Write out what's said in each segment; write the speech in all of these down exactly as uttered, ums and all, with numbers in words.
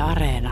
Areena.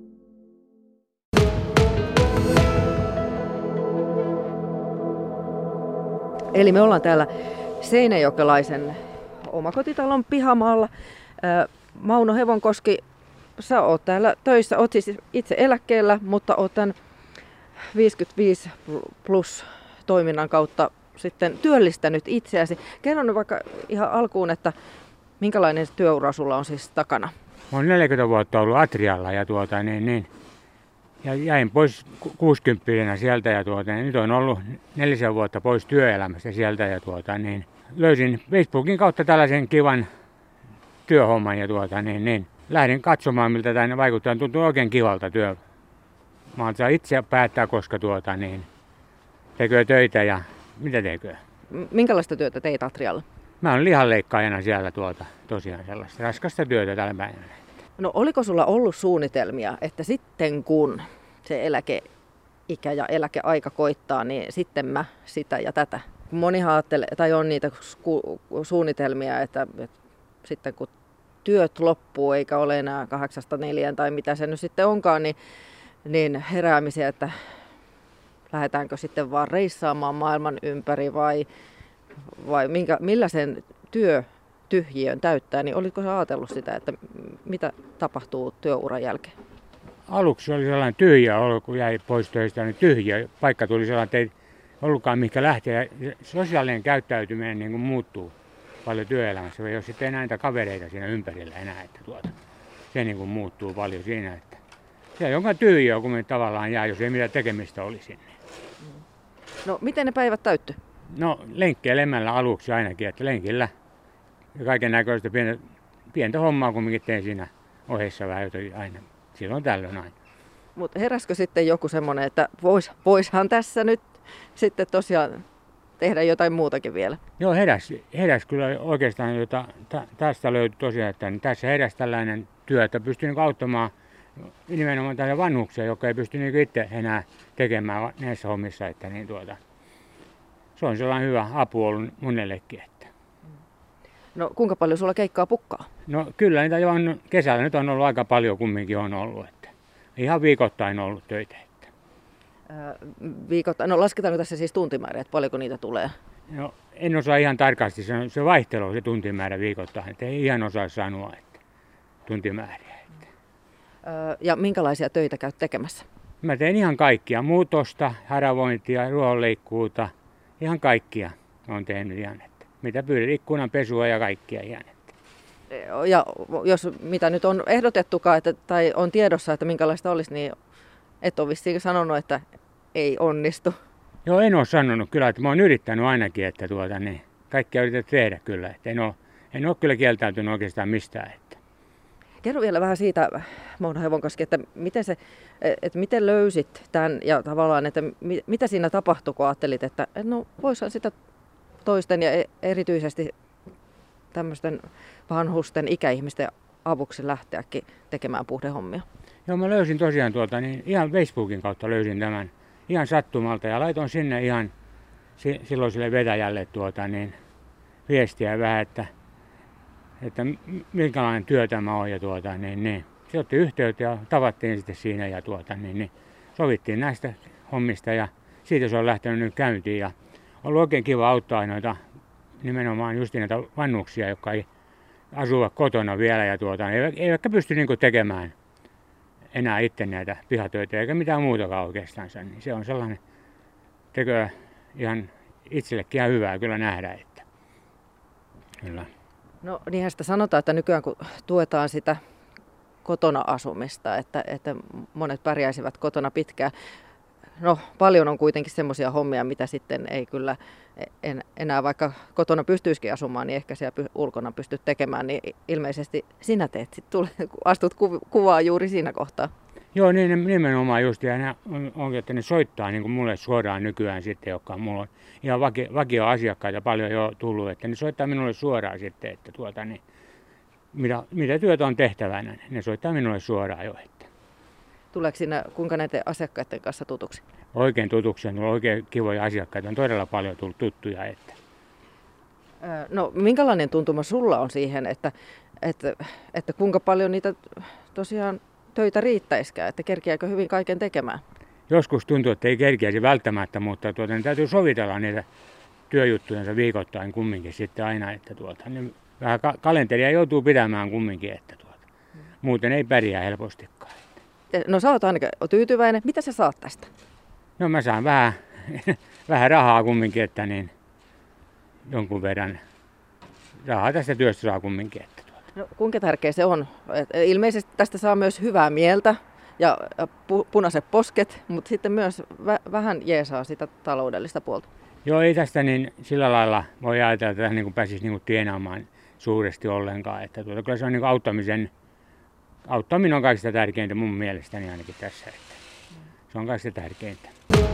Eli me ollaan täällä seinäjokelaisen omakotitalon pihamaalla. Mauno Hevonkoski, sä oot täällä töissä, oot siis itse eläkkeellä, mutta oot tämän viisikymmentäviisi plus toiminnan kautta sitten työllistänyt itseäsi. Kerro nyt vaikka ihan alkuun, että minkälainen työura sulla on siis takana? Mä oon neljäkymmentä vuotta ollut Atrialla ja, tuota, niin, niin, ja jäin pois kuusikymppisenä sieltä ja tuota, niin nyt on ollut nelisen vuotta pois työelämästä sieltä ja tuota, niin, löysin Facebookin kautta tällaisen kivan työhomman ja tuota, niin, niin, lähdin katsomaan miltä tämä vaikuttaa. Tuntuu oikein kivalta työ. Mä saa itse päättää koska tuota, niin, tekee töitä ja mitä tekee. Minkälaista työtä teit Atrialla? Mä oon lihanleikkaajana siellä tuota, tosiaan sellaista raskasta työtä tällä päivänä. No oliko sulla ollut suunnitelmia, että sitten kun se eläkeikä ja eläkeaika koittaa, niin sitten mä sitä ja tätä? Monihan ajattelee, tai on niitä su- suunnitelmia, että, että sitten kun työt loppuu eikä ole enää kahdeksasta neljään tai mitä se nyt sitten onkaan, niin, niin heräämisiä, että lähdetäänkö sitten vaan reissaamaan maailman ympäri vai, vai minkä, millä sen työ tyhjiön täyttää, niin olitko sä ajatellut sitä, että mitä tapahtuu työuran jälkeen? Aluksi oli sellainen tyhjä olo, kun jäi pois töistä, niin tyhjä. Paikka tuli sellainen, että ei ollutkaan mihinkä lähteä. Sosiaalinen käyttäytyminen niin kuin muuttuu paljon työelämässä. Ei ole sitten enää niitä kavereita siinä ympärillä enää. Että tuota, se niin kuin muuttuu paljon siinä, että se jonka tyhjä, kun me tavallaan jää, jos ei mitään tekemistä olisi sinne. No miten ne päivät täytty? No lenkkeilemällä aluksi ainakin, että lenkillä. Ja kaiken näköistä pientä, pientä hommaa kumminkin tein siinä ohessa vähän jotain aina. Silloin tällöin aina. Mutta heräskö sitten joku semmoinen, että vois, voishan tässä nyt sitten tosiaan tehdä jotain muutakin vielä? Joo, heräs, heräs kyllä oikeastaan, jota tä, tästä löytyi tosiaan, että niin tässä heräs tällainen työ, että pystyy niin auttamaan nimenomaan tällaisia vanhuksia, jotka ei pysty niin itse enää tekemään näissä hommissa. Että niin tuota, se on sellainen hyvä apu ollut monellekin. No kuinka paljon sulla keikkaa pukkaa? No kyllä niitä jo on kesällä. Nyt on ollut aika paljon kumminkin on ollut. Että ihan viikoittain on ollut töitä. Että. Öö, viikoittain. No lasketaanko tässä siis tuntimäärä, että paljonko niitä tulee? No en osaa ihan tarkasti. Se, on, se vaihtelu se tuntimäärä viikoittain. Että ei ihan osaa sanoa että tuntimääriä. Että. Öö, ja minkälaisia töitä käyt tekemässä? Mä teen ihan kaikkia. Muutosta, haravointia, ruohonleikkuuta. Ihan kaikkia olen tehnyt ihan. Mitä pyydät, ikkunan pesua ja kaikkia ihan. Ja jos mitä nyt on ehdotettukaan että, tai on tiedossa, että minkälaista olisi, niin et ole vissiin sanonut, että ei onnistu. Joo, en ole sanonut kyllä, että mä oon yrittänyt ainakin, että tuota, niin, kaikkea yritän tehdä kyllä. Että en, ole, en ole kyllä kieltäytynyt oikeastaan mistään. Että. Kerro vielä vähän siitä, Mauno Hevonkoski, että miten, se, että miten löysit tämän ja tavallaan, että mitä siinä tapahtui, kun ajattelit, että no voisihan sitä toisten ja erityisesti tämmöisten vanhusten ikäihmisten avuksi lähteäkin tekemään puhdehommia. Joo, mä löysin tosiaan tuolta, niin ihan Facebookin kautta löysin tämän ihan sattumalta ja laitoin sinne ihan silloiselle vetäjälle tuota, niin, viestiä vähän, että, että minkälainen työ tämä on ja tuota, niin, niin. Se otti yhteyttä ja tavattiin sitten siinä ja tuota, niin, niin. Sovittiin näistä hommista ja siitä se on lähtenyt nyt käyntiin. Ja on ollut oikein kiva auttaa noita, nimenomaan just näitä vanhuksia, jotka ei asuvat kotona vielä ja tuota, eivätkä pysty niin kuin tekemään enää itse näitä pihatöitä eikä mitään muutakaan oikeastaan. Niin se on sellainen, tekee ihan itsellekin ihan hyvää kyllä nähdä. Että. Kyllä. No niinhän sitä sanotaan, että nykyään kun tuetaan sitä kotona asumista, että, että monet pärjäisivät kotona pitkään. No paljon on kuitenkin semmoisia hommia, mitä sitten ei kyllä en, enää vaikka kotona pystyisikin asumaan, niin ehkä siellä ulkona pystyt tekemään, niin ilmeisesti sinä teet sitten, astut ku, kuvaa juuri siinä kohtaa. Joo, niin nimenomaan just, ja ne on, onkin, että ne soittaa niin kuin mulle suoraan nykyään sitten, jotka mulla on ihan vaki, vakio-asiakkaita paljon jo tullut, että ne soittaa minulle suoraan sitten, että tuota niin, mitä, mitä työtä on tehtävänä, ne soittaa minulle suoraan jo. Että. Tuleeko siinä kuinka näiden asiakkaiden kanssa tutuksi? Oikein tutuksi, on oikein kivoja asiakkaita, on todella paljon tullut tuttuja. Että. No minkälainen tuntuma sulla on siihen, että, että, että kuinka paljon niitä tosiaan töitä riittäisikään, että kerkiääkö hyvin kaiken tekemään? Joskus tuntuu, että ei kerkiäisi välttämättä, mutta tuota, niin täytyy sovitella niitä työjuttujensa viikoittain kumminkin sitten aina, että tuota, niin vähän ka- kalenteria joutuu pitämään kumminkin, että tuota, muuten ei pärjää helpostikaan. No sä oot ainakin tyytyväinen. Mitä sä saat tästä? No mä saan vähän, vähän rahaa kumminkin, että niin jonkun verran rahaa tästä työstä saa kumminkin. Että tuota. No, kuinka tärkeä se on? Et ilmeisesti tästä saa myös hyvää mieltä ja pu- punaiset posket, mutta sitten myös vä- vähän jeesaa sitä taloudellista puolta. Joo, ei tästä niin sillä lailla voi ajatella, että niin kuin pääsisi niin kuin tienaamaan suuresti ollenkaan. Että tuota, kyllä se on niin kuin auttamisen, auttaminen on kaikista tärkeintä mun mielestäni ainakin tässä. Että se on kaikista tärkeintä.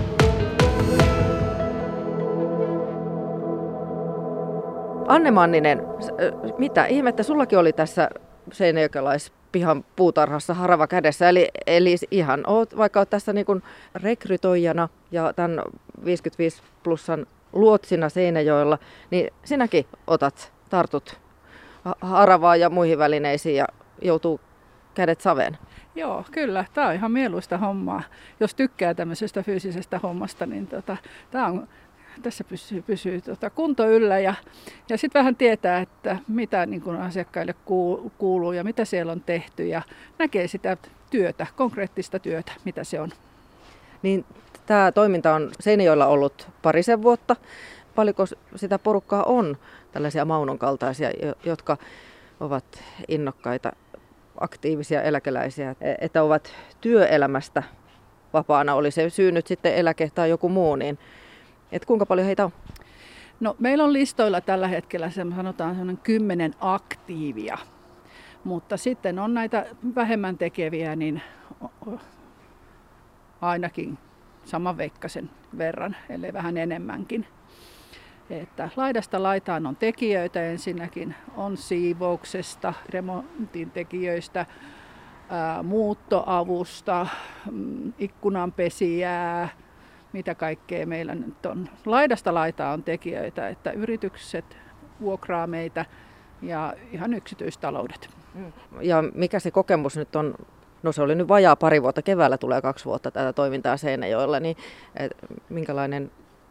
Anne Manninen, mitä ihmettä, sullakin oli tässä seinäjokelaispihan puutarhassa harava kädessä, eli, eli ihan oot, vaikka oot tässä niin kuin rekrytoijana ja tämän viisikymmentäviisi plussan luotsina Seinäjoella, niin sinäkin otat, tartut haravaan ja muihin välineisiin ja joutuu kädet saveen. Joo, kyllä. Tämä on ihan mieluista hommaa. Jos tykkää tämmöisestä fyysisestä hommasta, niin tota, tämä on, tässä pysyy, pysyy tota, kunto yllä ja, ja sitten vähän tietää, että mitä niin kun asiakkaille kuuluu ja mitä siellä on tehty ja näkee sitä työtä, konkreettista työtä, mitä se on. Niin, tämä toiminta on Seinäjoella ollut parisen vuotta. Paljonko sitä porukkaa on, tällaisia Maunon kaltaisia, jotka ovat innokkaita, aktiivisia eläkeläisiä, että ovat työelämästä vapaana, oli se syy nyt sitten eläke tai joku muu, niin että kuinka paljon heitä on? No, meillä on listoilla tällä hetkellä sanotaan sellainen kymmenen aktiivia, mutta sitten on näitä vähemmän tekeviä, niin ainakin saman veikkasen verran, ellei vähän enemmänkin. Että laidasta laitaan on tekijöitä ensinnäkin, on siivouksesta, remontin tekijöistä, ää, muuttoavusta, mm, ikkunanpesijää, mitä kaikkea meillä nyt on. Laidasta laitaan on tekijöitä, että yritykset vuokraa meitä ja ihan yksityistaloudet. Ja mikä se kokemus nyt on? No se oli nyt vajaa pari vuotta, keväällä tulee kaksi vuotta tätä toimintaa Seinäjoella, niin et, minkälainen,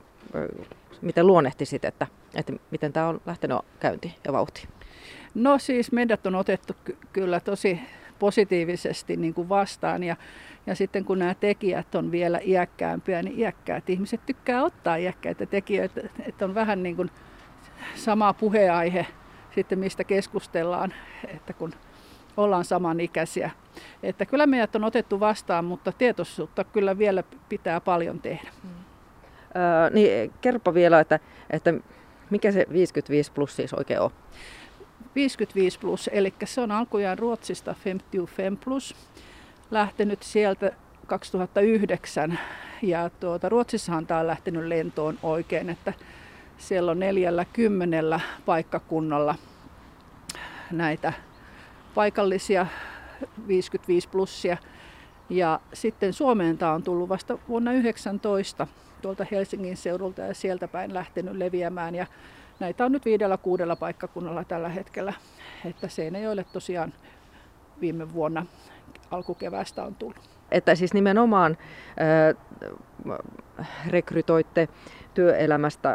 miten luonnehtisit, että, että miten tämä on lähtenyt käyntiin ja vauhtiin? No siis meidät on otettu ky- kyllä tosi positiivisesti niin kuin vastaan ja, ja sitten kun nämä tekijät on vielä iäkkäämpiä, niin iäkkäät ihmiset tykkää ottaa iäkkäitä tekijöitä, että on vähän niin kuin sama puheaihe sitten mistä keskustellaan, että kun ollaan samanikäisiä. Että kyllä meidät on otettu vastaan, mutta tietoisuutta kyllä vielä pitää paljon tehdä. Mm. Öö, niin, kerropa vielä, että, että mikä se viisikymmentäviisi plus siis oikein on? viisikymmentäviisi plus, eli se on alkujaan Ruotsista femtiofem plus, lähtenyt sieltä kaksituhattayhdeksän. Ja tuota, Ruotsissahan tämä on lähtenyt lentoon oikein, että siellä on neljällä kymmenellä paikkakunnalla näitä paikallisia viisikymmentäviisi plussia. Ja sitten Suomeen tämä on tullut vasta vuonna yhdeksäntoista tuolta Helsingin seudulta ja sieltä päin lähtenyt leviämään. Ja näitä on nyt viidellä kuudella paikkakunnalla tällä hetkellä. Että Seinäjoelle tosiaan viime vuonna alkukeväästä on tullut. Että siis nimenomaan äh, rekrytoitte työelämästä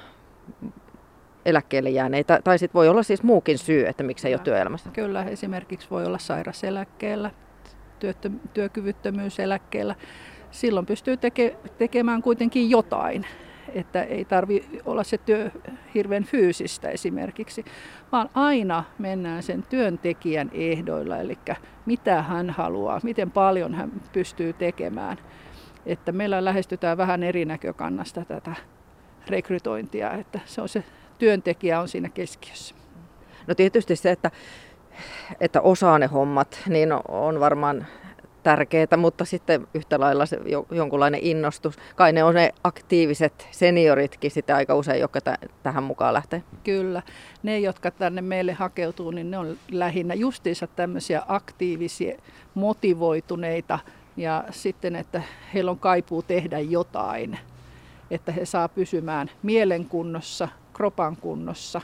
eläkkeelle jääneitä, tai sitten voi olla siis muukin syy, että miksi ei ole työelämässä. Kyllä, esimerkiksi voi olla sairaseläkkeellä, työttö- työkyvyttömyyseläkkeellä. Silloin pystyy teke- tekemään kuitenkin jotain, että ei tarvitse olla se työ hirveän fyysistä esimerkiksi, vaan aina mennään sen työntekijän ehdoilla, eli mitä hän haluaa, miten paljon hän pystyy tekemään. Että meillä lähestytään vähän eri näkökannasta tätä rekrytointia, että se on se työntekijä on siinä keskiössä. No tietysti se, että, että osaa ne hommat, niin on varmaan tärkeää, mutta sitten yhtä lailla se jonkunlainen innostus. Kai ne on ne aktiiviset senioritkin sitten aika usein, jotka t- tähän mukaan lähtee. Kyllä. Ne, jotka tänne meille hakeutuu, niin ne on lähinnä justiinsa tämmöisiä aktiivisia, motivoituneita ja sitten, että heillä on kaipuu tehdä jotain, että he saa pysymään mielen kunnossa, kropan kunnossa,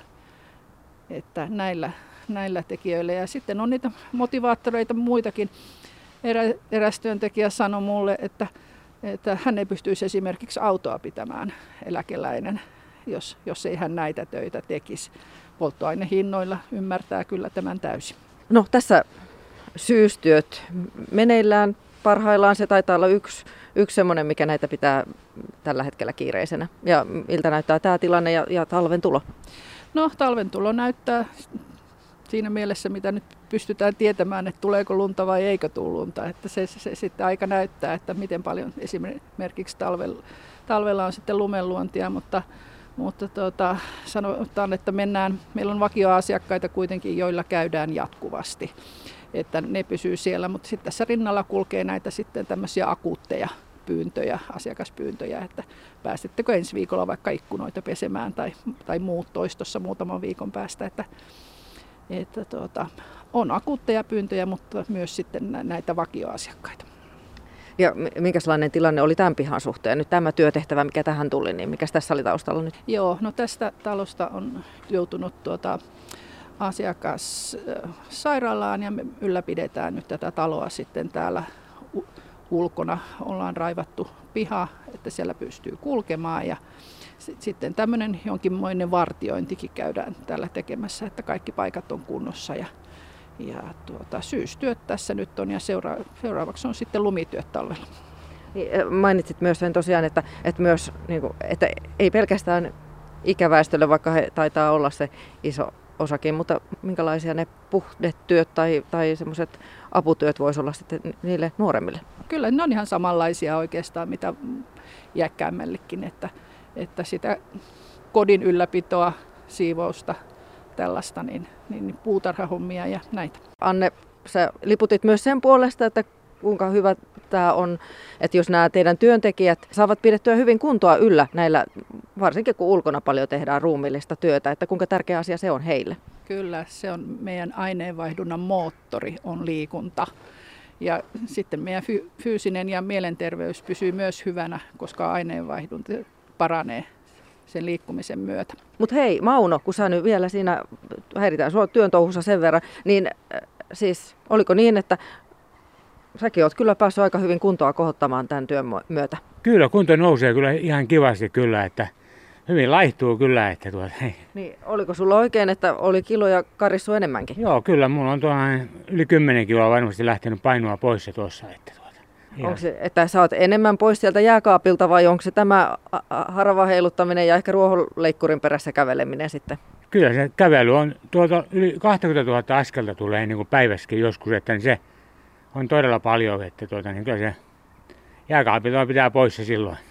että näillä, näillä tekijöillä. Ja sitten on niitä motivaattoreita muitakin, erä, eräs työntekijä sanoi mulle, että, että hän ei pystyisi esimerkiksi autoa pitämään, eläkeläinen, jos, jos ei hän näitä töitä tekisi. Polttoainehinnoilla ymmärtää kyllä tämän täysin. No tässä syystyöt meneillään parhaillaan. Se taitaa olla yksi, yksi semmoinen, mikä näitä pitää tällä hetkellä kiireisenä. Ja miltä näyttää tämä tilanne ja, ja talven tulo? No talven tulo näyttää siinä mielessä, mitä nyt pystytään tietämään, että tuleeko lunta vai eikö tule lunta. Että se, se, se sitten aika näyttää, että miten paljon esimerkiksi talvella, talvella on sitten lumenluontia, mutta Mutta tuota, sanotaan, että mennään, meillä on vakioasiakkaita kuitenkin, joilla käydään jatkuvasti, että ne pysyy siellä, mutta sitten tässä rinnalla kulkee näitä sitten tämmöisiä akuutteja pyyntöjä, asiakaspyyntöjä, että päästettekö ensi viikolla vaikka ikkunoita pesemään tai, tai muut toistossa muutaman viikon päästä, että, että tuota, on akuutteja pyyntöjä, mutta myös sitten näitä vakioasiakkaita. Ja minkälainen tilanne oli tämän pihan suhteen? Nyt tämä työtehtävä, mikä tähän tuli, niin mikä tässä oli taustalla nyt? Joo, no tästä talosta on joutunut tuota, asiakas sairaalaan ja me ylläpidetään nyt tätä taloa sitten täällä ulkona. Ollaan raivattu piha, että siellä pystyy kulkemaan ja sitten tämmöinen jonkinmoinen vartiointikin käydään täällä tekemässä, että kaikki paikat on kunnossa. Ja Ja tuota, syystyöt tässä nyt on ja seura- seuraavaksi on sitten lumityöt talvella. Niin, mainitsit myös sen tosiaan, että, että, myös, niin kuin, että ei pelkästään ikäväestölle, vaikka he taitaa olla se iso osakin, mutta minkälaisia ne puhdetyöt tai, tai semmoiset aputyöt voisi olla sitten niille nuoremmille? Kyllä ne on ihan samanlaisia oikeastaan mitä iäkkäämmällekin, että, että sitä kodin ylläpitoa, siivousta, tällaista, niin, niin puutarhahommia ja näitä. Anne, sä liputit myös sen puolesta, että kuinka hyvä tämä on, että jos nämä teidän työntekijät saavat pidettyä hyvin kuntoa yllä näillä, varsinkin kun ulkona paljon tehdään ruumiillista työtä, että kuinka tärkeä asia se on heille? Kyllä, se on meidän aineenvaihdunnan moottori, on liikunta. Ja sitten meidän fy- fyysinen ja mielenterveys pysyy myös hyvänä, koska aineenvaihdunta paranee sen liikkumisen myötä. Mutta hei Mauno, kun sä nyt vielä siinä häiritään sua työn touhussa sen verran, niin äh, siis oliko niin, että säkin oot kyllä päässyt aika hyvin kuntoa kohottamaan tämän työn myötä? Kyllä, kunto nousee kyllä ihan kivasti kyllä, että hyvin laihtuu kyllä. Että tuota, hei. Niin, oliko sulla oikein, että oli kiloja karissu enemmänkin? Joo, kyllä, mulla on tuollainen yli kymmenen kiloa varmasti lähtenyt painoa pois se tuossa. Että tuota, onko se, että sä oot enemmän pois sieltä jääkaapilta vai onko se tämä harava heiluttaminen ja ehkä ruohonleikkurin perässä käveleminen sitten? Kyllä se kävely on, tuota yli kaksikymmentätuhatta askelta tulee niin kuin päivässäkin joskus, että niin se on todella paljon, että tuota, niin kyllä se jääkaapilta pitää pois se silloin.